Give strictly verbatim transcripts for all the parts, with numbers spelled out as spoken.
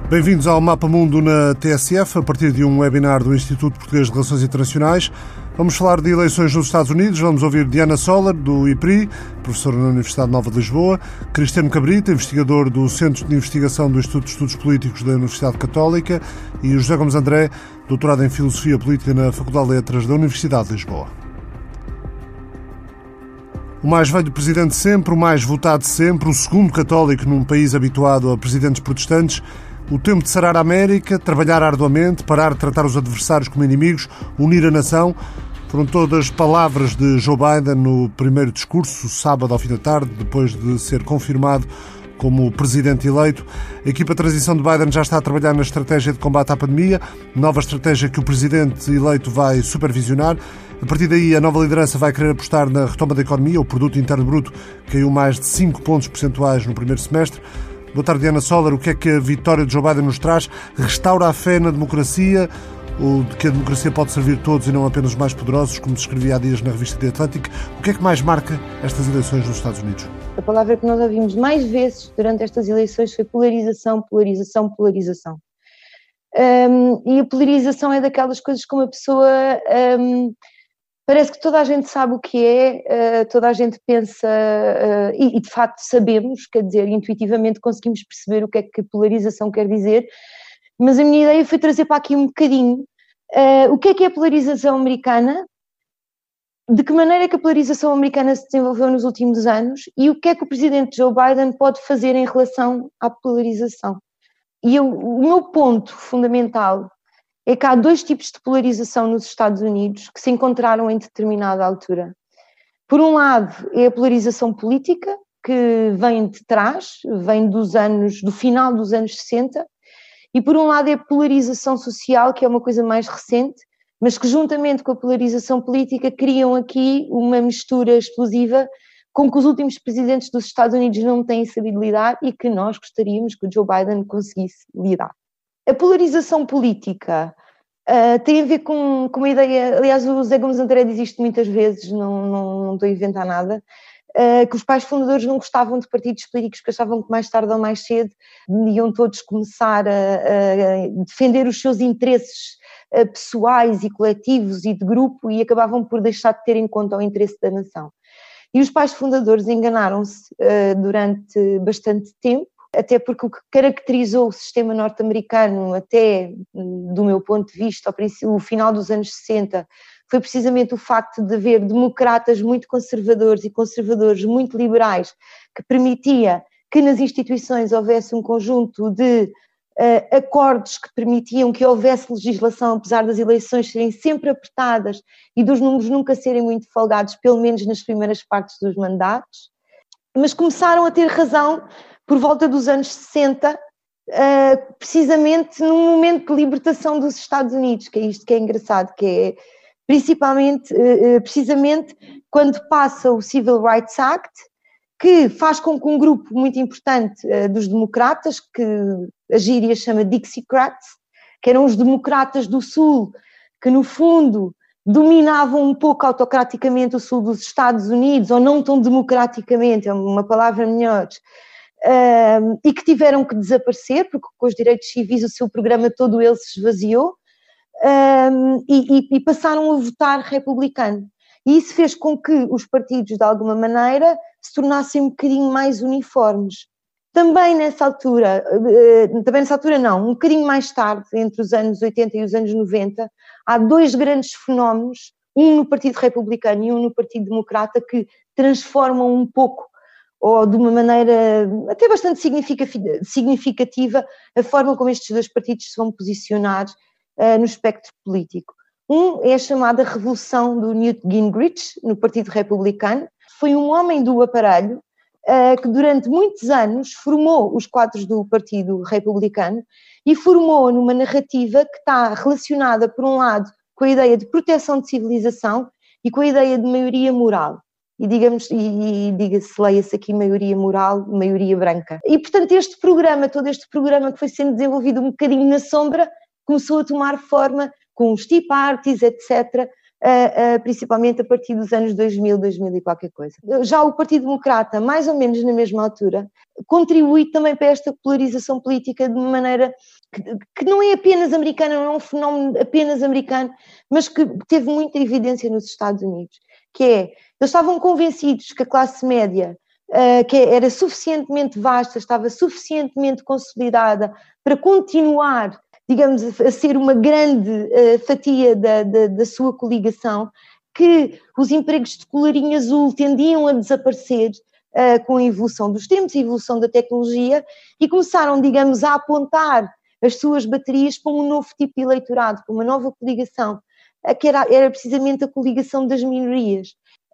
Bem-vindos ao Mapa Mundo na T S F, a partir de um webinar do Instituto Português de Relações Internacionais. Vamos falar de eleições nos Estados Unidos, vamos ouvir Diana Soller, do I P R I, professora na Universidade Nova de Lisboa, Cristiano Cabrita, investigador do Centro de Investigação do Instituto de Estudos Políticos da Universidade Católica, e o José Gomes André, doutorado em Filosofia Política na Faculdade de Letras da Universidade de Lisboa. O mais velho presidente sempre, o mais votado sempre, o segundo católico num país habituado a presidentes protestantes. O tempo de sarar a América, trabalhar arduamente, parar de tratar os adversários como inimigos, unir a nação, foram todas palavras de Joe Biden no primeiro discurso, sábado ao fim da tarde, depois de ser confirmado como presidente eleito. A equipa de transição de Biden já está a trabalhar na estratégia de combate à pandemia, nova estratégia que o presidente eleito vai supervisionar. A partir daí, a nova liderança vai querer apostar na retoma da economia. O produto interno bruto caiu mais de cinco pontos percentuais no primeiro semestre. Boa tarde, Diana Soller. O que é que a vitória de Joe Biden nos traz? Restaura a fé na democracia, ou de que a democracia pode servir todos e não apenas os mais poderosos, como se escrevia há dias na revista The Atlantic? O que é que mais marca estas eleições nos Estados Unidos? A palavra que nós ouvimos mais vezes durante estas eleições foi polarização, polarização, polarização. Um, e a polarização é daquelas coisas que uma pessoa... Um, Parece que toda a gente sabe o que é, toda a gente pensa, e de facto sabemos, quer dizer, intuitivamente conseguimos perceber o que é que polarização quer dizer, mas a minha ideia foi trazer para aqui um bocadinho o que é que é a polarização americana, de que maneira é que a polarização americana se desenvolveu nos últimos anos e o que é que o presidente Joe Biden pode fazer em relação à polarização. E eu, o meu ponto fundamental é que há dois tipos de polarização nos Estados Unidos que se encontraram em determinada altura. Por um lado, é a polarização política, que vem de trás, vem dos anos, do final dos anos sessenta, e por um lado é a polarização social, que é uma coisa mais recente, mas que juntamente com a polarização política criam aqui uma mistura explosiva com que os últimos presidentes dos Estados Unidos não têm sabido lidar e que nós gostaríamos que o Joe Biden conseguisse lidar. A polarização política uh, tem a ver com, com uma ideia, aliás o José Gomes André diz isto muitas vezes, não, não, não estou a inventar nada, uh, que os pais fundadores não gostavam de partidos políticos porque achavam que mais tarde ou mais cedo iam todos começar a, a defender os seus interesses uh, pessoais e coletivos e de grupo e acabavam por deixar de ter em conta o interesse da nação. E os pais fundadores enganaram-se uh, durante bastante tempo, até porque o que caracterizou o sistema norte-americano, até do meu ponto de vista, ao princípio, o final dos anos sessenta, foi precisamente o facto de haver democratas muito conservadores e conservadores muito liberais, que permitia que nas instituições houvesse um conjunto de uh, acordos que permitiam que houvesse legislação, apesar das eleições serem sempre apertadas e dos números nunca serem muito folgados, pelo menos nas primeiras partes dos mandatos, mas começaram a ter razão por volta dos anos sessenta, uh, precisamente num momento de libertação dos Estados Unidos, que é isto que é engraçado, que é principalmente, uh, precisamente quando passa o Civil Rights Act, que faz com que um grupo muito importante uh, dos democratas, que a gíria chama Dixiecrats, que eram os democratas do Sul, que no fundo dominavam um pouco autocraticamente o Sul dos Estados Unidos, ou não tão democraticamente, é uma palavra melhor, Uh, e que tiveram que desaparecer, porque com os direitos civis o seu programa todo ele se esvaziou, uh, e, e, e passaram a votar republicano. E isso fez com que os partidos, de alguma maneira, se tornassem um bocadinho mais uniformes. Também nessa altura, uh, também nessa altura não, um bocadinho mais tarde, entre os anos oitenta e os anos noventa, há dois grandes fenómenos, um no Partido Republicano e um no Partido Democrata, que transformam um pouco ou de uma maneira até bastante significativa a forma como estes dois partidos se vão posicionar uh, no espectro político. Um é a chamada revolução do Newt Gingrich no Partido Republicano. Foi um homem do aparelho uh, que durante muitos anos formou os quadros do Partido Republicano e formou numa narrativa que está relacionada, por um lado, com a ideia de proteção de civilização e com a ideia de maioria moral. E, digamos, e, e diga-se, leia-se aqui maioria moral, maioria branca. E, portanto, este programa, todo este programa que foi sendo desenvolvido um bocadinho na sombra, começou a tomar forma com os Tea Parties, etcétera, uh, uh, principalmente a partir dos anos dois mil, dois mil e qualquer coisa. Já o Partido Democrata, mais ou menos na mesma altura, contribui também para esta polarização política de uma maneira que, que não é apenas americana, não é um fenómeno apenas americano, mas que teve muita evidência nos Estados Unidos, que é, eles estavam convencidos que a classe média, uh, que era suficientemente vasta, estava suficientemente consolidada para continuar, digamos, a ser uma grande uh, fatia da, da, da sua coligação, que os empregos de colarinho azul tendiam a desaparecer uh, com a evolução dos tempos, a evolução da tecnologia, e começaram, digamos, a apontar as suas baterias para um novo tipo de eleitorado, para uma nova coligação, uh, que era, era precisamente a coligação das minorias,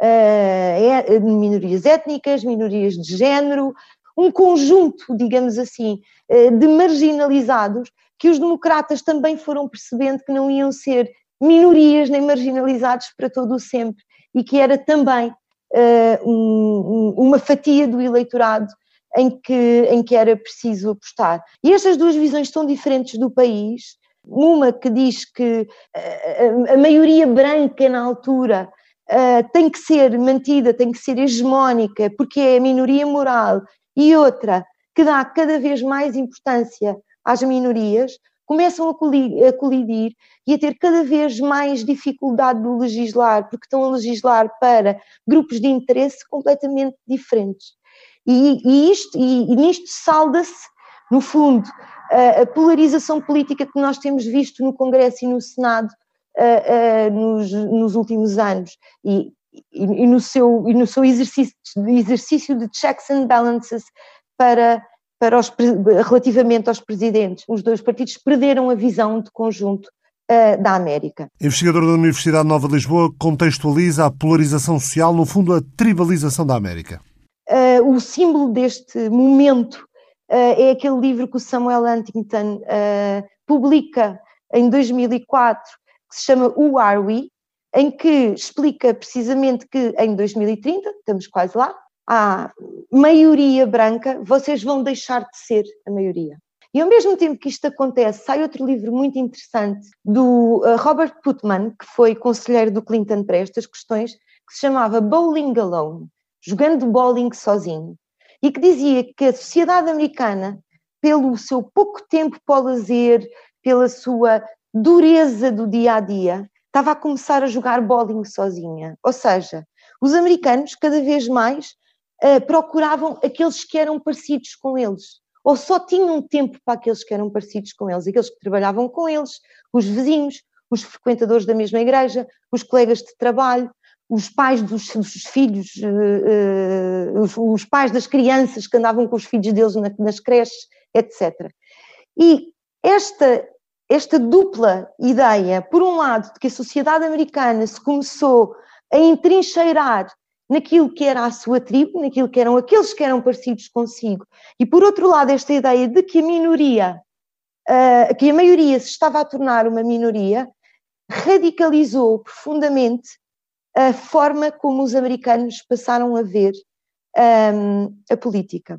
uh, minorias étnicas, minorias de género, um conjunto, digamos assim, uh, de marginalizados, que os democratas também foram percebendo que não iam ser minorias nem marginalizados para todo o sempre, e que era também uh, um, uma fatia do eleitorado em que, em que era preciso apostar. E estas duas visões tão diferentes do país, uma que diz que uh, a maioria branca na altura uh, tem que ser mantida, tem que ser hegemónica, porque é a minoria moral, e outra que dá cada vez mais importância às minorias, começam a colidir e a ter cada vez mais dificuldade de legislar, porque estão a legislar para grupos de interesse completamente diferentes. E, e, isto, e, e nisto salda-se, no fundo, a, a polarização política que nós temos visto no Congresso e no Senado uh, uh, nos, nos últimos anos, e, e, e, no seu, e no seu exercício, exercício de checks and balances para... Para os, relativamente aos presidentes. Os dois partidos perderam a visão de conjunto uh, da América. Investigador da Universidade Nova de Lisboa, contextualiza a polarização social, no fundo a tribalização da América. Uh, o símbolo deste momento uh, é aquele livro que o Samuel Huntington uh, publica em dois mil e quatro, que se chama Who Are We?, em que explica precisamente que em dois mil e trinta, estamos quase lá, há maioria branca, vocês vão deixar de ser a maioria. E ao mesmo tempo que isto acontece, sai outro livro muito interessante do uh, Robert Putnam, que foi conselheiro do Clinton para estas questões, que se chamava Bowling Alone, jogando bowling sozinho, e que dizia que a sociedade americana, pelo seu pouco tempo para o lazer, pela sua dureza do dia-a-dia, estava a começar a jogar bowling sozinha. Ou seja, os americanos cada vez mais Uh, procuravam aqueles que eram parecidos com eles, ou só tinham tempo para aqueles que eram parecidos com eles, aqueles que trabalhavam com eles, os vizinhos, os frequentadores da mesma igreja, os colegas de trabalho, os pais dos, dos filhos, uh, uh, os, os pais das crianças que andavam com os filhos deles na, nas creches, etcétera. E esta, esta dupla ideia, por um lado, de que a sociedade americana se começou a entrincheirar naquilo que era a sua tribo, naquilo que eram aqueles que eram parecidos consigo, e por outro lado esta ideia de que a minoria, uh, que a maioria se estava a tornar uma minoria, radicalizou profundamente a forma como os americanos passaram a ver um, a política.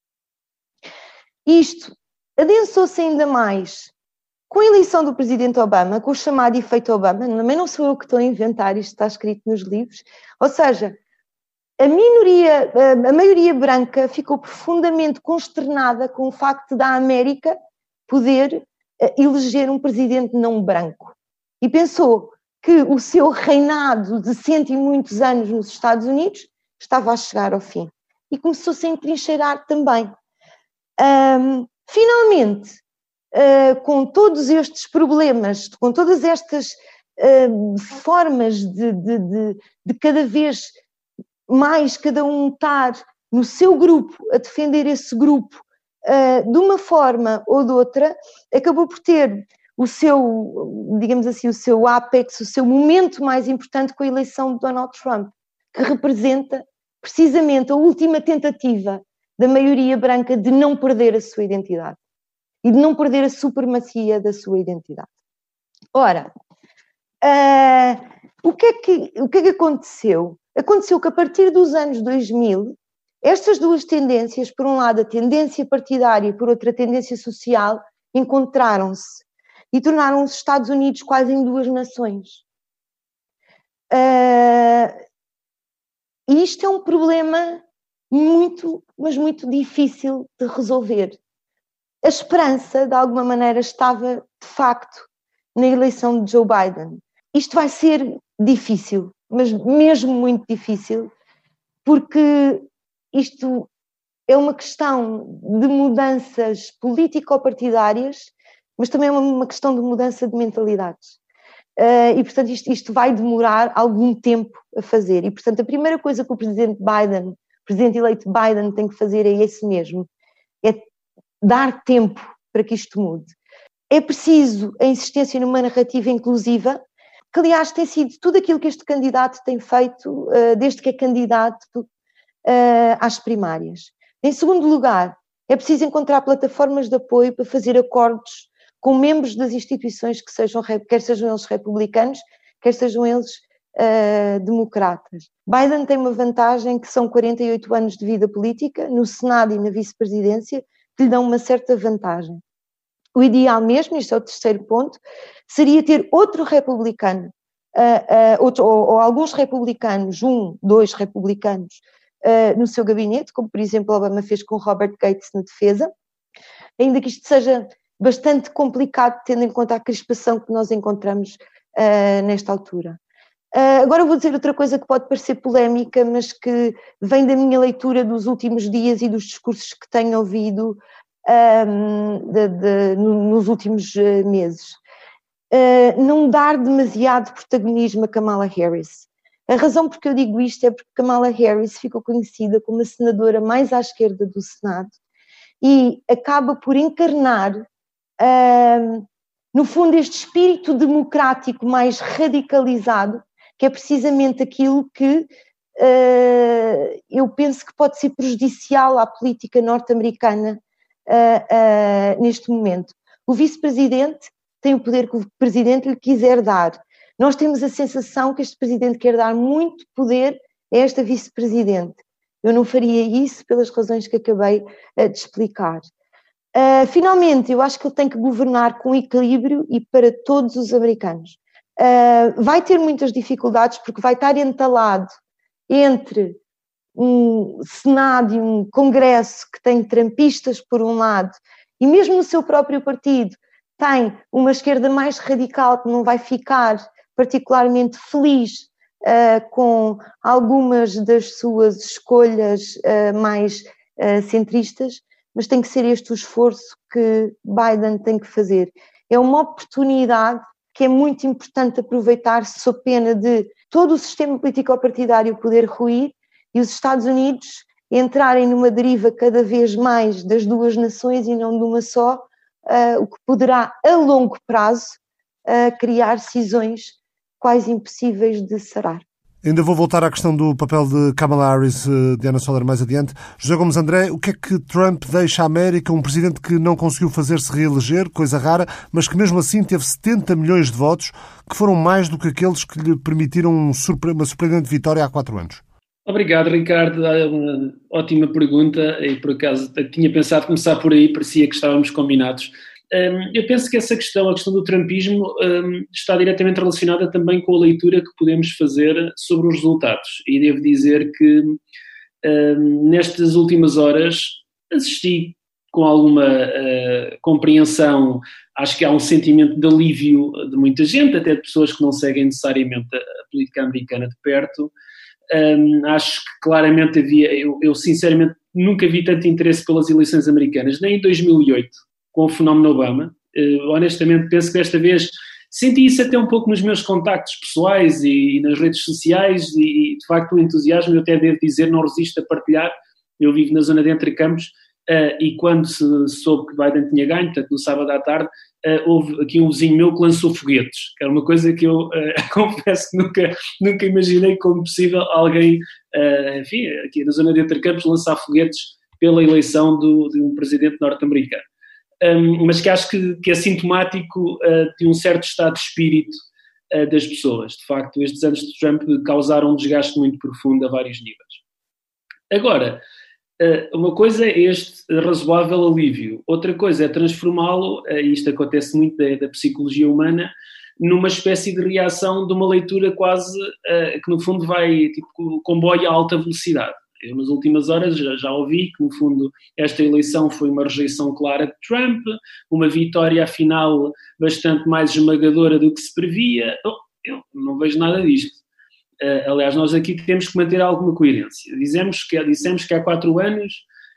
Isto adensou-se ainda mais com a eleição do presidente Obama, com o chamado efeito Obama. Também não sou eu que estou a inventar, isto está escrito nos livros, ou seja, a minoria, a maioria branca ficou profundamente consternada com o facto da América poder eleger um presidente não branco. E pensou que o seu reinado de cento e muitos anos nos Estados Unidos estava a chegar ao fim. E começou-se a entrincheirar também. Um, finalmente, uh, com todos estes problemas, com todas estas uh, formas de, de, de, de cada vez mais cada um estar no seu grupo, a defender esse grupo uh, de uma forma ou de outra, acabou por ter o seu, digamos assim, o seu ápex, o seu momento mais importante com a eleição de Donald Trump, que representa precisamente a última tentativa da maioria branca de não perder a sua identidade e de não perder a supremacia da sua identidade. Ora, uh, o, que é que, o que é que aconteceu? Aconteceu que a partir dos anos dois mil, estas duas tendências, por um lado a tendência partidária e por outra a tendência social, encontraram-se e tornaram os Estados Unidos quase em duas nações. Uh, e isto é um problema muito, mas muito difícil de resolver. A esperança, de alguma maneira, estava, de facto, na eleição de Joe Biden. Isto vai ser difícil, mas mesmo muito difícil, porque isto é uma questão de mudanças político-partidárias, mas também é uma questão de mudança de mentalidades. Uh, e, portanto, isto, isto vai demorar algum tempo a fazer. E, portanto, a primeira coisa que o presidente Biden, o presidente eleito Biden tem que fazer é esse mesmo, é dar tempo para que isto mude. É preciso a insistência numa narrativa inclusiva, que, aliás, tem sido tudo aquilo que este candidato tem feito uh, desde que é candidato uh, às primárias. Em segundo lugar, é preciso encontrar plataformas de apoio para fazer acordos com membros das instituições que sejam, quer sejam eles republicanos, quer sejam eles uh, democratas. Biden tem uma vantagem que são quarenta e oito anos de vida política, no Senado e na vice-presidência, que lhe dão uma certa vantagem. O ideal mesmo, isto é o terceiro ponto, seria ter outro republicano, uh, uh, outro, ou, ou alguns republicanos, um, dois republicanos, uh, no seu gabinete, como por exemplo Obama fez com Robert Gates na defesa, ainda que isto seja bastante complicado, tendo em conta a crispação que nós encontramos uh, nesta altura. Uh, agora vou dizer outra coisa que pode parecer polémica, mas que vem da minha leitura dos últimos dias e dos discursos que tenho ouvido um, de, de, nos últimos uh, meses. Uh, não dar demasiado protagonismo a Kamala Harris. A razão por que eu digo isto é porque Kamala Harris ficou conhecida como a senadora mais à esquerda do Senado e acaba por encarnar, uh, no fundo, este espírito democrático mais radicalizado, que é precisamente aquilo que uh, eu penso que pode ser prejudicial à política norte-americana uh, uh, neste momento. O vice-presidente tem o poder que o presidente lhe quiser dar. Nós temos a sensação que este presidente quer dar muito poder a esta vice-presidente. Eu não faria isso pelas razões que acabei uh, de explicar. Uh, finalmente, eu acho que ele tem que governar com equilíbrio e para todos os americanos. Uh, vai ter muitas dificuldades porque vai estar entalado entre um Senado e um Congresso que tem trumpistas por um lado e mesmo no seu próprio partido tem uma esquerda mais radical que não vai ficar particularmente feliz uh, com algumas das suas escolhas uh, mais uh, centristas, mas tem que ser este o esforço que Biden tem que fazer. É uma oportunidade que é muito importante aproveitar sob pena de todo o sistema político-partidário poder ruir e os Estados Unidos entrarem numa deriva cada vez mais das duas nações e não de uma só, uh, o que poderá, a longo prazo, uh, criar cisões quase impossíveis de sarar. Ainda vou voltar à questão do papel de Kamala Harris, Diana Soler, mais adiante. José Gomes André, o que é que Trump deixa à América? Um presidente que não conseguiu fazer-se reeleger, coisa rara, mas que mesmo assim teve setenta milhões de votos, que foram mais do que aqueles que lhe permitiram uma surpreendente vitória há quatro anos. Obrigado, Ricardo. É uma ótima pergunta e, por acaso, tinha pensado começar por aí, parecia que estávamos combinados. Um, eu penso que essa questão, a questão do trumpismo, um, está diretamente relacionada também com a leitura que podemos fazer sobre os resultados. E devo dizer que um, nestas últimas horas assisti com alguma uh, compreensão, acho que há um sentimento de alívio de muita gente, até de pessoas que não seguem necessariamente a, a política americana de perto. Um, acho que claramente havia, eu, eu sinceramente nunca vi tanto interesse pelas eleições americanas, nem em dois mil e oito, com o fenómeno Obama. Uh, honestamente penso que desta vez senti isso até um pouco nos meus contactos pessoais e, e nas redes sociais e, de facto o entusiasmo, eu até devo dizer, não resisto a partilhar. Eu vivo na zona de Entre Campos uh, e quando se soube que Biden tinha ganho, portanto no sábado à tarde, uh, houve aqui um vizinho meu que lançou foguetes, que era uma coisa que eu uh, confesso que nunca, nunca imaginei como possível alguém, uh, enfim, aqui na zona de Entre Campos, lançar foguetes pela eleição do, de um presidente norte-americano. Um, mas que acho que, que é sintomático uh, de um certo estado de espírito uh, das pessoas. De facto, estes anos de Trump causaram um desgaste muito profundo a vários níveis. Agora, uh, uma coisa é este razoável alívio, outra coisa é transformá-lo, uh, e isto acontece muito da, da psicologia humana, numa espécie de reação de uma leitura quase uh, que no fundo vai tipo comboio a alta velocidade. Eu nas últimas horas já, já ouvi que no fundo esta eleição foi uma rejeição clara de Trump, uma vitória afinal bastante mais esmagadora do que se previa. Oh, eu não vejo nada disto. Uh, aliás, nós aqui temos que manter alguma coerência. Dizemos que, dissemos que há quatro anos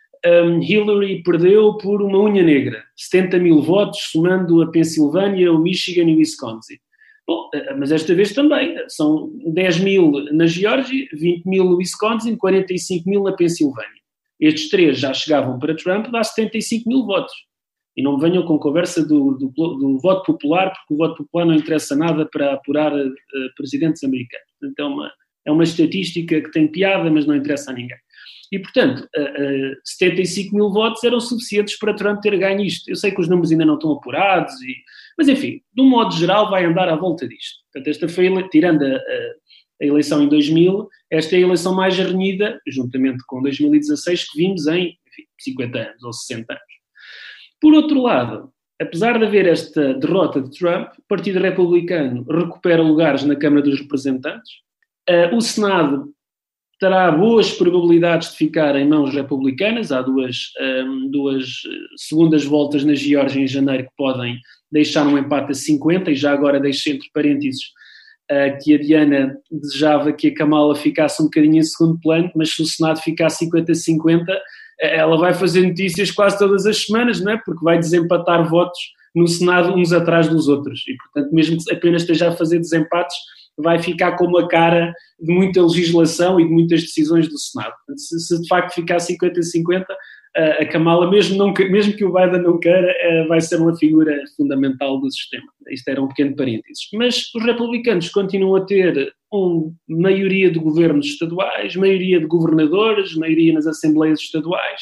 um, Hillary perdeu por uma unha negra, setenta mil votos, somando a Pensilvânia, o Michigan e o Wisconsin. Bom, mas esta vez também, são dez mil na Geórgia, vinte mil no Wisconsin, quarenta e cinco mil na Pensilvânia. Estes três já chegavam para Trump, dá setenta e cinco mil votos. E não me venham com conversa do, do, do voto popular, porque o voto popular não interessa nada para apurar uh, presidentes americanos. Portanto, é uma, é uma estatística que tem piada, mas não interessa a ninguém. E, portanto, uh, uh, setenta e cinco mil votos eram suficientes para Trump ter ganho isto. Eu sei que os números ainda não estão apurados, e, mas, enfim, de um modo geral, vai andar à volta disto. Portanto, esta foi, tirando a, a, a eleição em dois mil, esta é a eleição mais renhida, juntamente com dois mil e dezasseis, que vimos em enfim, cinquenta anos ou sessenta anos. Por outro lado, apesar de haver esta derrota de Trump, o Partido Republicano recupera lugares na Câmara dos Representantes, uh, o Senado terá boas probabilidades de ficar em mãos republicanas. Há duas, um, duas segundas voltas na Geórgia em janeiro que podem deixar um empate a cinquenta, e já agora deixo entre parênteses uh, que a Diana desejava que a Kamala ficasse um bocadinho em segundo plano, mas se o Senado ficar cinquenta a cinquenta, ela vai fazer notícias quase todas as semanas, não é? Porque vai desempatar votos no Senado uns atrás dos outros, e portanto mesmo que apenas esteja a fazer desempates, vai ficar com uma cara de muita legislação e de muitas decisões do Senado. Se, se de facto ficar cinquenta a cinquenta, a Kamala, mesmo, não, mesmo que o Biden não queira, vai ser uma figura fundamental do sistema. Isto era um pequeno parênteses. Mas os republicanos continuam a ter uma maioria de governos estaduais, maioria de governadores, maioria nas assembleias estaduais,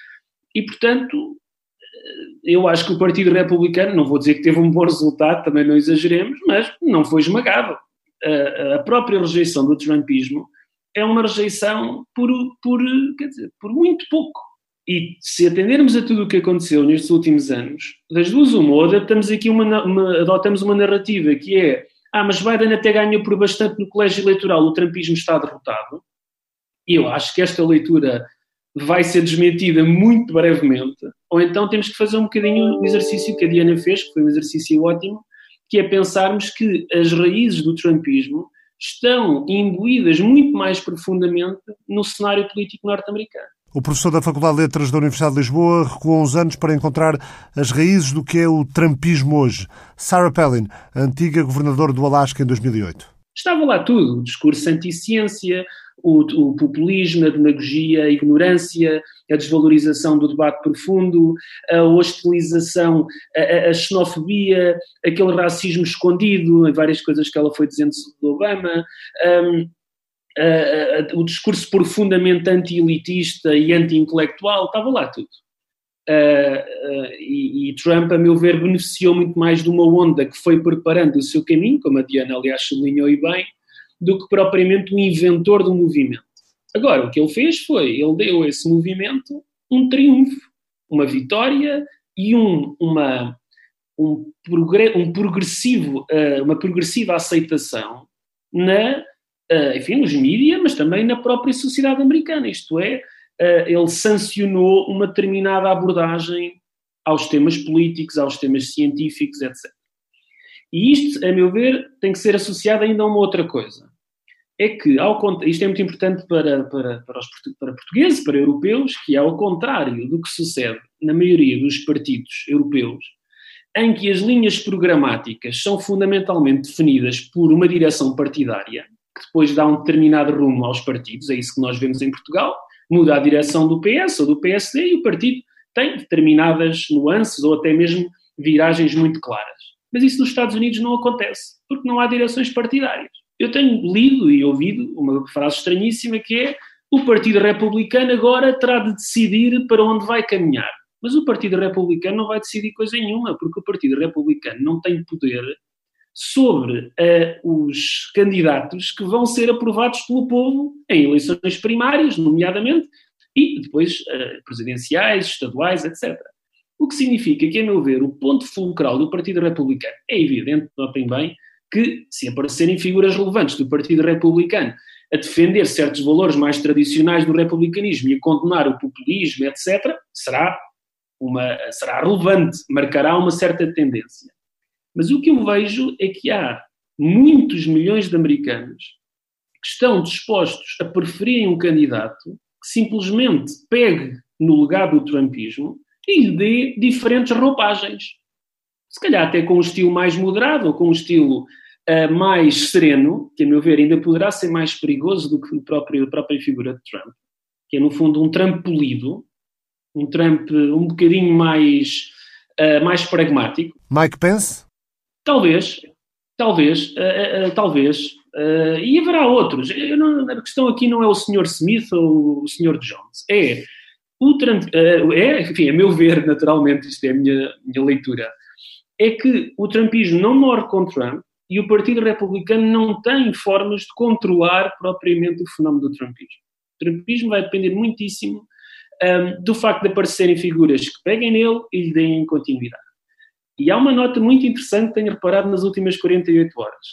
e portanto eu acho que o Partido Republicano, não vou dizer que teve um bom resultado, também não exageremos, mas não foi esmagado. A própria rejeição do trumpismo é uma rejeição por, por, quer dizer, por muito pouco. E se atendermos a tudo o que aconteceu nestes últimos anos, das duas uma, ou adotamos aqui uma, uma, adotamos uma narrativa que é ah, mas Biden até ganhou por bastante no colégio eleitoral, o trumpismo está derrotado. E eu acho que esta leitura vai ser desmentida muito brevemente, ou então temos que fazer um bocadinho o exercício que a Diana fez, que foi um exercício ótimo, que é pensarmos que as raízes do trumpismo estão imbuídas muito mais profundamente no cenário político norte-americano. O professor da Faculdade de Letras da Universidade de Lisboa recuou uns anos para encontrar as raízes do que é o trumpismo hoje. Sarah Palin, antiga governadora do Alasca em dois mil e oito. Estava lá tudo, o discurso anti-ciência, o, o populismo, a demagogia, a ignorância, a desvalorização do debate profundo, a hostilização, a, a xenofobia, aquele racismo escondido, várias coisas que ela foi dizendo sobre o Obama, um, a, a, o discurso profundamente anti-elitista e anti-intelectual, estava lá tudo. Uh, uh, e, e Trump, a meu ver, beneficiou muito mais de uma onda que foi preparando o seu caminho, como a Diana, aliás, sublinhou e bem, do que propriamente um inventor do movimento. Agora, o que ele fez foi, ele deu a esse movimento um triunfo, uma vitória e um, uma, um, progre, um progressivo, uh, uma progressiva aceitação na, uh, enfim, nos mídias, mas também na própria sociedade americana. Isto é, uh, ele sancionou uma determinada abordagem aos temas políticos, aos temas científicos, etcétera. E isto, a meu ver, tem que ser associado ainda a uma outra coisa. É que, ao, isto é muito importante para, para, para, os, para portugueses, para europeus, que é ao contrário do que sucede na maioria dos partidos europeus, em que as linhas programáticas são fundamentalmente definidas por uma direção partidária, que depois dá um determinado rumo aos partidos, é isso que nós vemos em Portugal, muda a direção do P S ou do P S D e o partido tem determinadas nuances ou até mesmo viragens muito claras. Mas isso nos Estados Unidos não acontece, porque não há direções partidárias. Eu tenho lido e ouvido uma frase estranhíssima que é: o Partido Republicano agora terá de decidir para onde vai caminhar. Mas o Partido Republicano não vai decidir coisa nenhuma, porque o Partido Republicano não tem poder sobre uh, os candidatos que vão ser aprovados pelo povo em eleições primárias, nomeadamente, e depois uh, presidenciais, estaduais, etcétera. O que significa que, a meu ver, o ponto fulcral do Partido Republicano é evidente, notem bem, que se aparecerem figuras relevantes do Partido Republicano a defender certos valores mais tradicionais do republicanismo e a condenar o populismo, etcétera, será, uma, será relevante, marcará uma certa tendência. Mas o que eu vejo é que há muitos milhões de americanos que estão dispostos a preferirem um candidato que simplesmente pegue no legado do trumpismo e lhe dê diferentes roupagens. Se calhar até com um estilo mais moderado ou com um estilo uh, mais sereno, que a meu ver ainda poderá ser mais perigoso do que o próprio, a própria figura de Trump, que é no fundo um Trump polido, um Trump um bocadinho mais, uh, mais pragmático. Mike Pence? Talvez, talvez, uh, uh, talvez, uh, e haverá outros. Eu não, a questão aqui não é o senhor Smith ou o senhor Jones, é o Trump, uh, é, enfim, a meu ver, naturalmente, isto é a minha, minha leitura, é que o trumpismo não morre com Trump e o Partido Republicano não tem formas de controlar propriamente o fenómeno do trumpismo. O trumpismo vai depender muitíssimo um, do facto de aparecerem figuras que peguem nele e lhe deem continuidade. E há uma nota muito interessante que tenho reparado nas últimas quarenta e oito horas.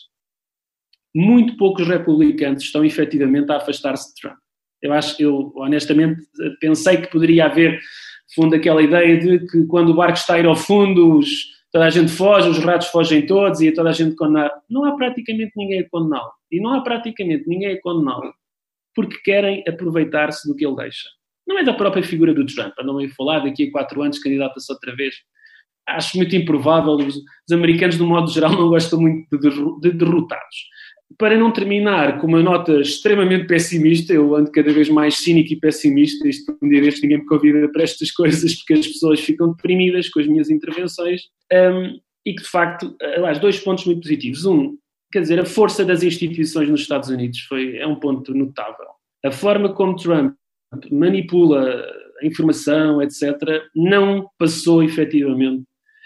Muito poucos republicanos estão efetivamente a afastar-se de Trump. Eu acho, eu honestamente pensei que poderia haver, fundo, aquela ideia de que quando o barco está a ir ao fundo, os, toda a gente foge, os ratos fogem todos e toda a gente condenar. Não há praticamente ninguém a condená-lo. E não há praticamente ninguém a condená-lo porque querem aproveitar-se do que ele deixa. Não é da própria figura do Trump, a não ir falar daqui a quatro anos candidata-se outra vez. Acho muito improvável, os, os americanos, de um modo geral, não gostam muito de, de derrotados. Para não terminar com uma nota extremamente pessimista, eu ando cada vez mais cínico e pessimista, isto um dia deste ninguém me convida para estas coisas, porque as pessoas ficam deprimidas com as minhas intervenções, um, e que de facto, aliás, dois pontos muito positivos. Um, quer dizer, a força das instituições nos Estados Unidos foi, é um ponto notável. A forma como Trump manipula a informação, etcétera, não passou efetivamente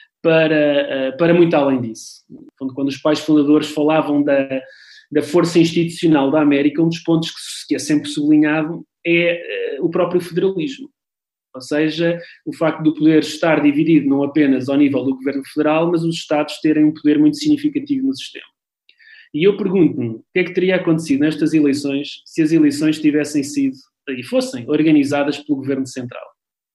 para, para muito além disso. Quando os pais fundadores falavam da, da força institucional da América, um dos pontos que, que é sempre sublinhado é uh, o próprio federalismo. Ou seja, o facto do poder estar dividido não apenas ao nível do governo federal, mas os Estados terem um poder muito significativo no sistema. E eu pergunto-me o que é que teria acontecido nestas eleições se as eleições tivessem sido e fossem organizadas pelo governo central.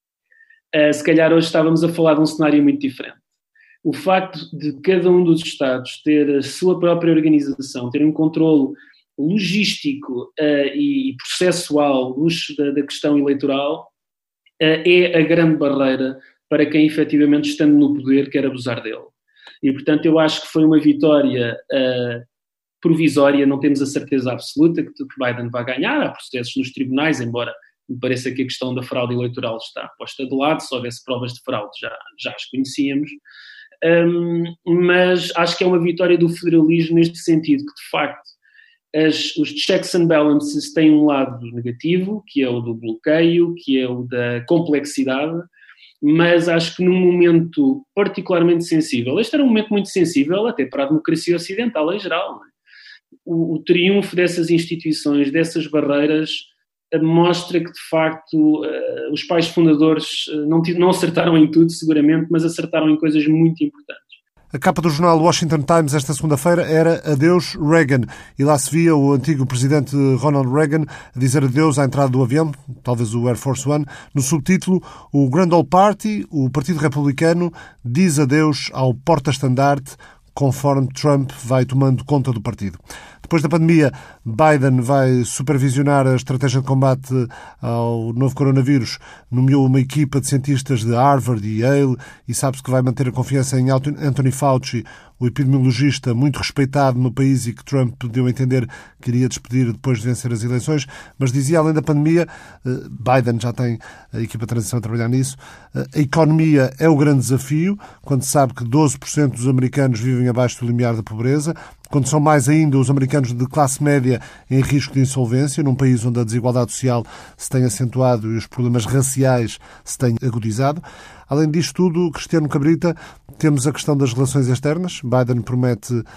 Uh, se calhar hoje estávamos a falar de um cenário muito diferente. O facto de cada um dos Estados ter a sua própria organização, ter um controle logístico uh, e processual da, da questão eleitoral, uh, é a grande barreira para quem efetivamente, estando no poder, quer abusar dele. E, portanto, eu acho que foi uma vitória uh, provisória, não temos a certeza absoluta que, que Biden vai ganhar, há processos nos tribunais, embora me pareça que a questão da fraude eleitoral está posta de lado, se houvesse provas de fraude já, já as conhecíamos. Um, mas acho que é uma vitória do federalismo neste sentido, que de facto as, os checks and balances têm um lado negativo, que é o do bloqueio, que é o da complexidade, mas acho que num momento particularmente sensível, este era um momento muito sensível até para a democracia ocidental em geral, não é? o, o triunfo dessas instituições, dessas barreiras, mostra que, de facto, uh, os pais fundadores uh, não, não acertaram em tudo, seguramente, mas acertaram em coisas muito importantes. A capa do jornal Washington Times esta segunda-feira era Adeus Reagan, e lá se via o antigo presidente Ronald Reagan a dizer adeus à entrada do avião, talvez o Air Force One, no subtítulo o Grand Old Party, o Partido Republicano, diz adeus ao porta-estandarte, conforme Trump vai tomando conta do partido. Depois da pandemia, Biden vai supervisionar a estratégia de combate ao novo coronavírus, nomeou uma equipa de cientistas de Harvard e Yale e sabe-se que vai manter a confiança em Anthony Fauci, o epidemiologista muito respeitado no país e que Trump deu a entender que iria despedir depois de vencer as eleições, mas dizia, além da pandemia, Biden já tem a equipa de transição a trabalhar nisso, a economia é o grande desafio, quando se sabe que doze por cento dos americanos vivem abaixo do limiar da pobreza, quando são mais ainda os americanos de classe média em risco de insolvência, num país onde a desigualdade social se tem acentuado e os problemas raciais se têm agudizado. Além disto tudo, Cristiano Cabrita Temos a questão das relações externas. Biden promete uh,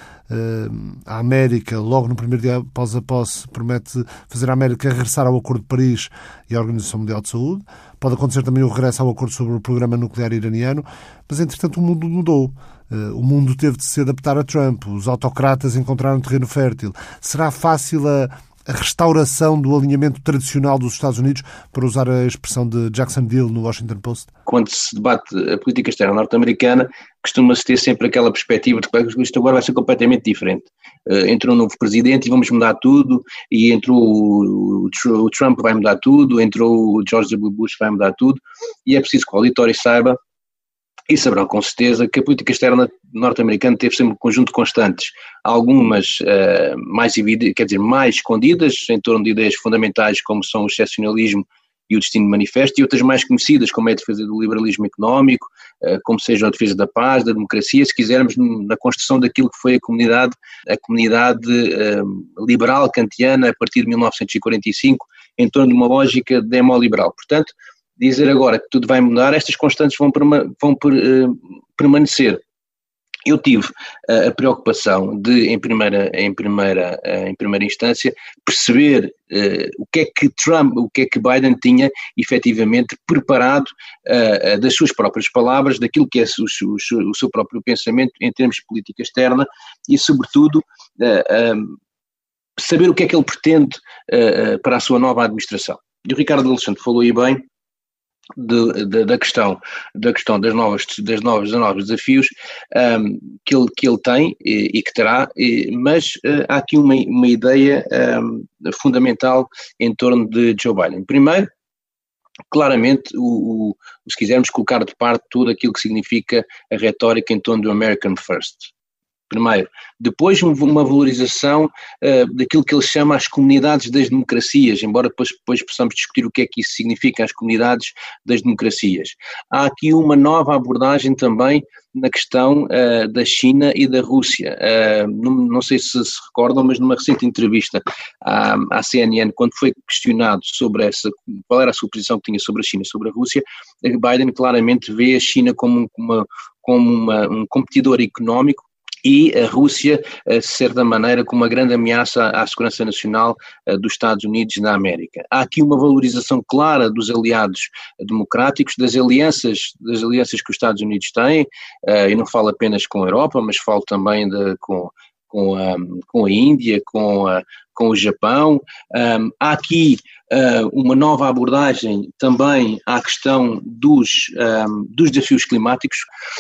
à América, logo no primeiro dia após a posse, promete fazer a América regressar ao Acordo de Paris e à Organização Mundial de Saúde. Pode acontecer também o regresso ao acordo sobre o programa nuclear iraniano, mas entretanto o mundo mudou. Uh, o mundo teve de se adaptar a Trump. Os autocratas encontraram terreno fértil. Será fácil a a restauração do alinhamento tradicional dos Estados Unidos, para usar a expressão de Jackson Deal no Washington Post? Quando se debate a política externa norte-americana, costuma-se ter sempre aquela perspectiva de que isto agora vai ser completamente diferente. Uh, entrou um novo presidente e vamos mudar tudo, e entrou o, o Trump vai mudar tudo, entrou o George W. Bush vai mudar tudo, e é preciso que o auditório saiba, e saberão com certeza, que a política externa norte-americana teve sempre um conjunto de constantes, algumas uh, mais, quer dizer, mais escondidas, em torno de ideias fundamentais como são o excepcionalismo e o destino manifesto, e outras mais conhecidas, como é a defesa do liberalismo económico, uh, como seja a defesa da paz, da democracia, se quisermos, na construção daquilo que foi a comunidade, a comunidade uh, liberal kantiana a partir de mil novecentos e quarenta e cinco, em torno de uma lógica demoliberal. Portanto, dizer agora que tudo vai mudar, estas constantes vão, perma- vão per- uh, permanecer. Eu tive uh, a preocupação de, em primeira, em primeira, uh, em primeira instância, perceber uh, o que é que Trump, o que é que Biden tinha efetivamente preparado uh, uh, das suas próprias palavras, daquilo que é o, o, o seu próprio pensamento em termos de política externa e, sobretudo, uh, um, saber o que é que ele pretende uh, uh, para a sua nova administração. E o Ricardo Alexandre falou aí bem, De, de, da questão, da questão das novas, das novas, dos novos desafios um, que, ele, que ele tem e, e que terá, e, mas uh, há aqui uma, uma ideia um, fundamental em torno de Joe Biden. Primeiro, claramente, o, o, se quisermos colocar de parte tudo aquilo que significa a retórica em torno do American First. Primeiro. Depois uma valorização uh, daquilo que ele chama as comunidades das democracias, embora depois, depois possamos discutir o que é que isso significa, as comunidades das democracias. Há aqui uma nova abordagem também na questão uh, da China e da Rússia. Uh, não, não sei se se recordam, mas numa recente entrevista à, à C N N, quando foi questionado sobre essa, qual era a sua posição que tinha sobre a China e sobre a Rússia, Biden claramente vê a China como, uma, como uma, um competidor económico, e a Rússia, de certa maneira, como uma grande ameaça à segurança nacional dos Estados Unidos da América. Há aqui uma valorização clara dos aliados democráticos, das alianças, das alianças que os Estados Unidos têm, e não falo apenas com a Europa, mas falo também de, com, com, a, com a Índia, com, a, com o Japão. Um, há aqui uh, uma nova abordagem também à questão dos, um, dos desafios climáticos.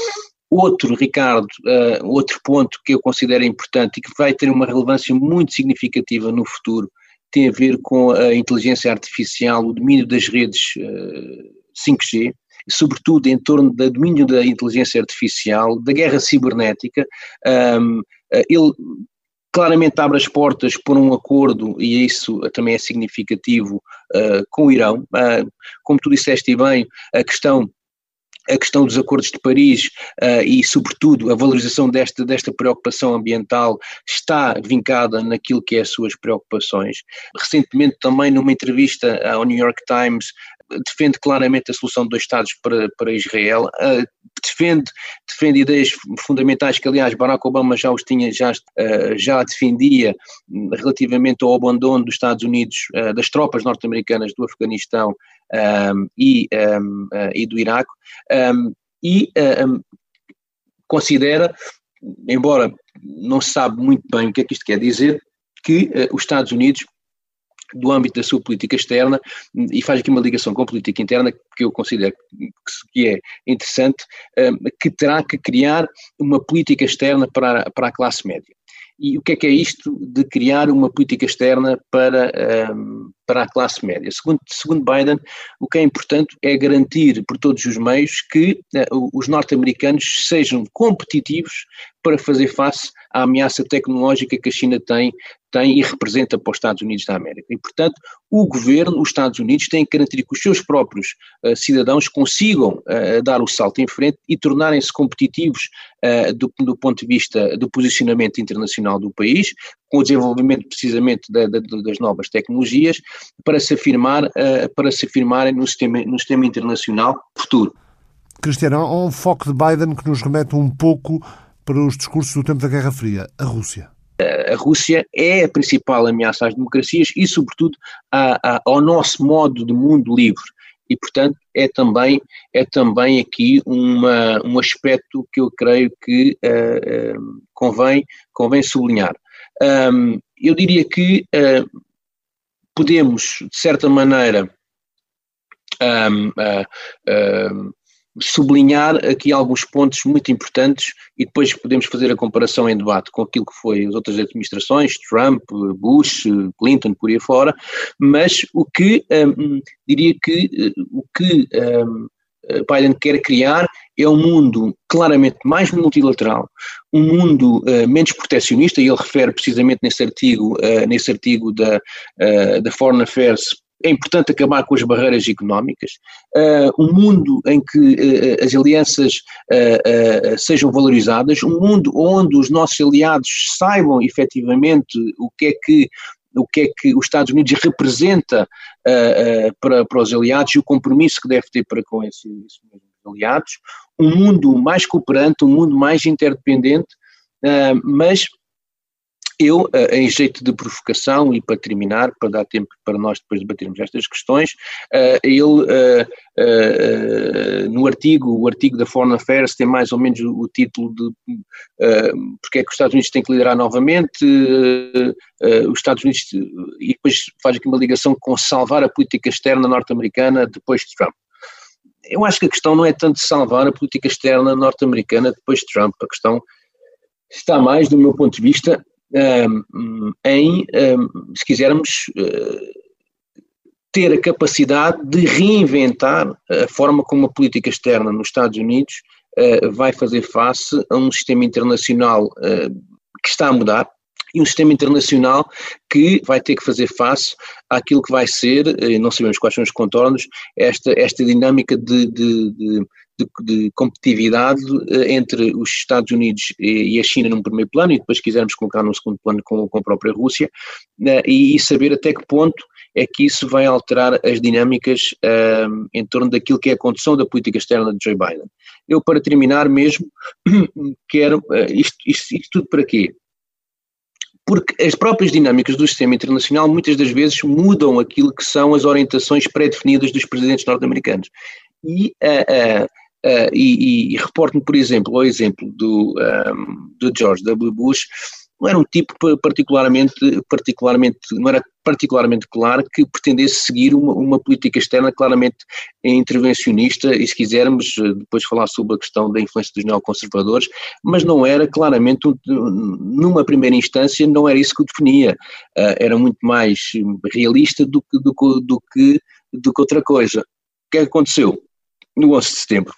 Outro, Ricardo, uh, outro ponto que eu considero importante e que vai ter uma relevância muito significativa no futuro tem a ver com a inteligência artificial, o domínio das redes uh, cinco G, sobretudo em torno do domínio da inteligência artificial, da guerra cibernética. Um, uh, ele claramente abre as portas por um acordo, e isso também é significativo, uh, com o Irão. Uh, como tu disseste bem, a questão a questão dos acordos de Paris uh, e, sobretudo, a valorização desta, desta preocupação ambiental está vincada naquilo que é as suas preocupações. Recentemente, também numa entrevista ao New York Times, defende claramente a solução de dois Estados para, para Israel, uh, defende, defende ideias fundamentais que, aliás, Barack Obama já os tinha, já, uh, já defendia relativamente ao abandono dos Estados Unidos, uh, das tropas norte-americanas do Afeganistão um, e, um, uh, e do Iraque, um, e um, considera, embora não se sabe muito bem o que é que isto quer dizer, que uh, os Estados Unidos, do âmbito da sua política externa, e faz aqui uma ligação com a política interna que eu considero que é interessante, que terá que criar uma política externa para, para a classe média. E o que é que é isto de criar uma política externa para, um, para a classe média? Segundo, segundo Biden, o que é importante é garantir por todos os meios que uh, os norte-americanos sejam competitivos para fazer face à ameaça tecnológica que a China tem, tem e representa para os Estados Unidos da América. E, portanto, o governo, os Estados Unidos, têm que garantir que os seus próprios uh, cidadãos consigam uh, dar o salto em frente e tornarem-se competitivos uh, do, do ponto de vista do posicionamento internacional do país, com o desenvolvimento precisamente da, da, das novas tecnologias, para se afirmar, uh, para se afirmarem no sistema, no sistema internacional futuro. Cristiano, há um foco de Biden que nos remete um pouco para os discursos do tempo da Guerra Fria, a Rússia. A Rússia é a principal ameaça às democracias e, sobretudo, a, a, ao nosso modo de mundo livre. E, portanto, é também, é também aqui uma, um aspecto que eu creio que uh, uh, convém, convém sublinhar. Um, eu diria que uh, podemos, de certa maneira, um, uh, uh, sublinhar aqui alguns pontos muito importantes e depois podemos fazer a comparação em debate com aquilo que foi as outras administrações, Trump, Bush, Clinton, por aí fora, mas o que, um, diria que o que um, Biden quer criar é um mundo claramente mais multilateral, um mundo uh, menos protecionista, e ele refere precisamente nesse artigo, uh, nesse artigo da, uh, da Foreign Affairs. É importante acabar com as barreiras económicas, uh, um mundo em que uh, as alianças uh, uh, sejam valorizadas, um mundo onde os nossos aliados saibam efetivamente o que é que, o que, é que os Estados Unidos representa uh, uh, para, para os aliados e o compromisso que deve ter para com esses, esses aliados, um mundo mais cooperante, um mundo mais interdependente, uh, mas eu, em jeito de provocação e para terminar, para dar tempo para nós depois debatermos estas questões, ele, no artigo, o artigo da Foreign Affairs tem mais ou menos o título de porque é que os Estados Unidos têm que liderar novamente, os Estados Unidos, e depois faz aqui uma ligação com salvar a política externa norte-americana depois de Trump. Eu acho que a questão não é tanto salvar a política externa norte-americana depois de Trump, a questão está mais, do meu ponto de vista, Um, em, um, se quisermos, uh, ter a capacidade de reinventar a forma como a política externa nos Estados Unidos uh, vai fazer face a um sistema internacional uh, que está a mudar e um sistema internacional que vai ter que fazer face àquilo que vai ser, uh, não sabemos quais são os contornos, esta, esta dinâmica de, de, de De, de competitividade entre os Estados Unidos e a China num primeiro plano, e depois se quisermos colocar num segundo plano com, com a própria Rússia, e, e saber até que ponto é que isso vai alterar as dinâmicas um, em torno daquilo que é a condução da política externa de Joe Biden. Eu, para terminar mesmo, quero, uh, isto, isto, isto tudo para quê? Porque as próprias dinâmicas do sistema internacional muitas das vezes mudam aquilo que são as orientações pré-definidas dos presidentes norte-americanos. E uh, uh, Uh, e, e, e reporto-me, por exemplo, ao exemplo do, um, do George W. Bush. Não era um tipo particularmente, particularmente, não era particularmente claro que pretendesse seguir uma, uma política externa claramente intervencionista, e se quisermos depois falar sobre a questão da influência dos neoconservadores, mas não era claramente, numa primeira instância, não era isso que o definia, uh, era muito mais realista do que, do, do, que, do que outra coisa. O que é que aconteceu no onze de setembro?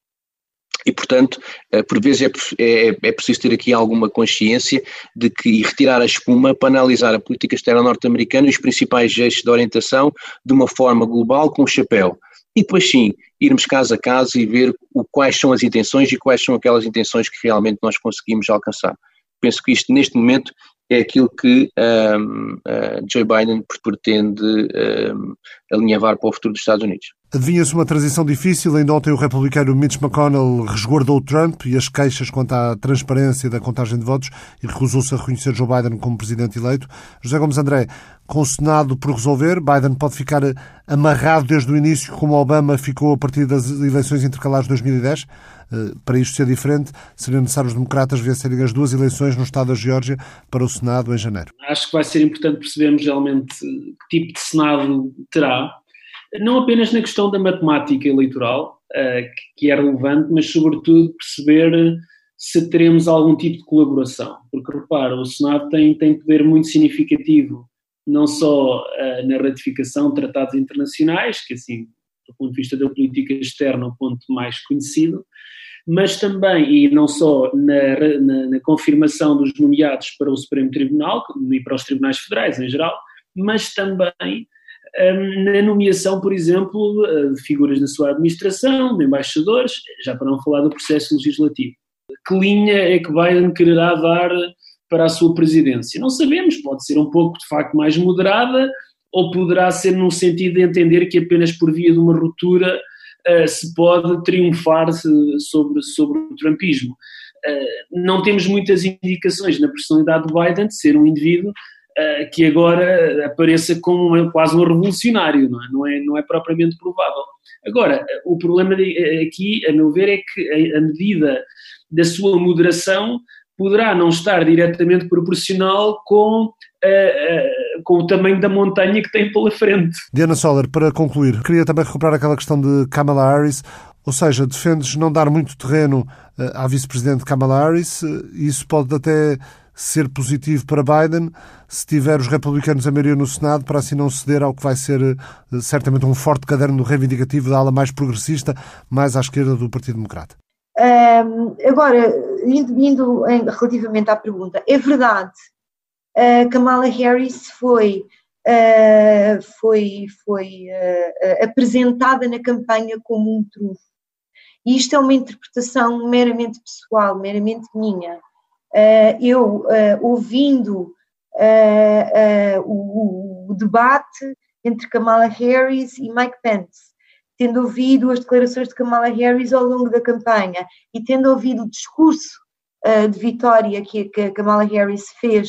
E, portanto, por vezes é, é, é preciso ter aqui alguma consciência de que, e retirar a espuma para analisar a política externa norte-americana e os principais eixos de orientação de uma forma global, com o chapéu. E depois sim, irmos caso a caso e ver o, quais são as intenções e quais são aquelas intenções que realmente nós conseguimos alcançar. Penso que isto, neste momento, é aquilo que um, uh, Joe Biden pretende um, alinhavar para o futuro dos Estados Unidos. Adivinha-se uma transição difícil. Ainda ontem o republicano Mitch McConnell resguardou Trump e as queixas quanto à transparência da contagem de votos e recusou-se a reconhecer Joe Biden como presidente eleito. José Gomes André, com o Senado por resolver, Biden pode ficar amarrado desde o início, como Obama ficou a partir das eleições intercalares de dois mil e dez. Para isto ser diferente, seria necessário os democratas vencerem as duas eleições no estado da Geórgia para o Senado em janeiro. Acho que vai ser importante percebermos realmente que tipo de Senado terá, não apenas na questão da matemática eleitoral, que é relevante, mas sobretudo perceber se teremos algum tipo de colaboração. Porque, repara, o Senado tem, tem poder muito significativo, não só na ratificação de tratados internacionais, que assim, do ponto de vista da política externa, é o ponto mais conhecido, mas também, e não só na, na, na confirmação dos nomeados para o Supremo Tribunal e para os tribunais federais em geral, mas também um, na nomeação, por exemplo, de figuras da sua administração, de embaixadores, já para não falar do processo legislativo. Que linha é que Biden quererá dar para a sua presidência? Não sabemos, pode ser um pouco, de facto, mais moderada, ou poderá ser no sentido de entender que apenas por via de uma ruptura uh, se pode triunfar sobre, sobre o trumpismo. Uh, não temos muitas indicações na personalidade de Biden de ser um indivíduo uh, que agora apareça como uma, quase um revolucionário, não é? Não é, não é propriamente provável. Agora, o problema de, aqui, a meu ver, é que a, a medida da sua moderação poderá não estar diretamente proporcional com, uh, uh, com o tamanho da montanha que tem pela frente. Diana Soller, para concluir, queria também recuperar aquela questão de Kamala Harris, ou seja, defendes não dar muito terreno uh, à vice-presidente Kamala Harris, uh, isso pode até ser positivo para Biden, se tiver os republicanos a maioria no Senado, para assim não ceder ao que vai ser uh, certamente um forte caderno reivindicativo da ala mais progressista, mais à esquerda do Partido Democrata. Um, agora, indo, indo em, relativamente à pergunta, é verdade, uh, Kamala Harris foi, uh, foi, foi uh, uh, apresentada na campanha como um trunfo. E isto é uma interpretação meramente pessoal, meramente minha. Uh, eu, uh, ouvindo uh, uh, o, o debate entre Kamala Harris e Mike Pence, tendo ouvido as declarações de Kamala Harris ao longo da campanha e tendo ouvido o discurso uh, de vitória que, que a Kamala Harris fez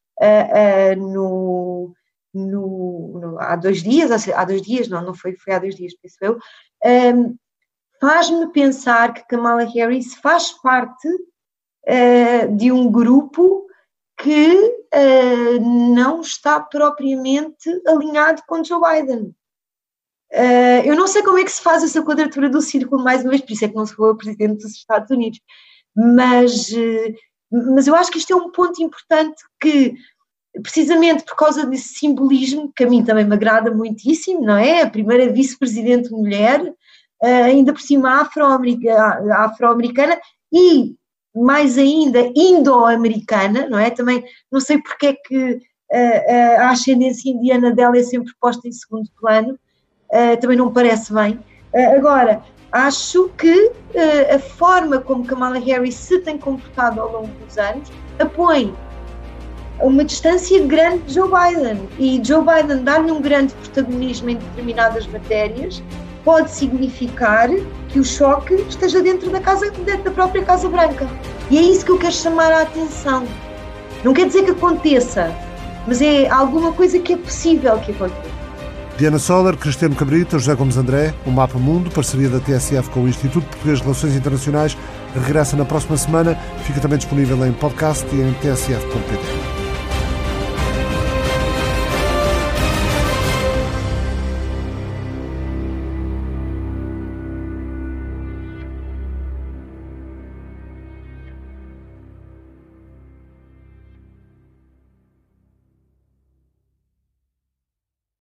uh, uh, no, no, no, há dois dias, há dois dias, não, não foi, foi há dois dias, penso eu, um, faz-me pensar que Kamala Harris faz parte uh, de um grupo que uh, não está propriamente alinhado com Joe Biden. Uh, eu não sei como é que se faz essa quadratura do círculo, mais uma vez, por isso é que não se foi o presidente dos Estados Unidos, mas, uh, mas eu acho que isto é um ponto importante que, precisamente por causa desse simbolismo, que a mim também me agrada muitíssimo, não é? A primeira vice-presidente mulher, uh, ainda por cima afro-americana, afro-americana e, mais ainda, indo-americana, não é? Também não sei porque é que uh, uh, a ascendência indiana dela é sempre posta em segundo plano. Uh, também não me parece bem. Uh, agora, acho que uh, a forma como Kamala Harris se tem comportado ao longo dos anos apõe uma distância grande de Joe Biden. E Joe Biden dar-lhe um grande protagonismo em determinadas matérias pode significar que o choque esteja dentro da, casa, dentro da própria Casa Branca. E é isso que eu quero chamar a atenção. Não quer dizer que aconteça, mas é alguma coisa que é possível que aconteça. Diana Soller, Cristiano Cabrita, José Gomes André, o Mapa Mundo, parceria da T S F com o Instituto Português de Relações Internacionais, regressa na próxima semana. Fica também disponível em podcast e em t s f ponto p t.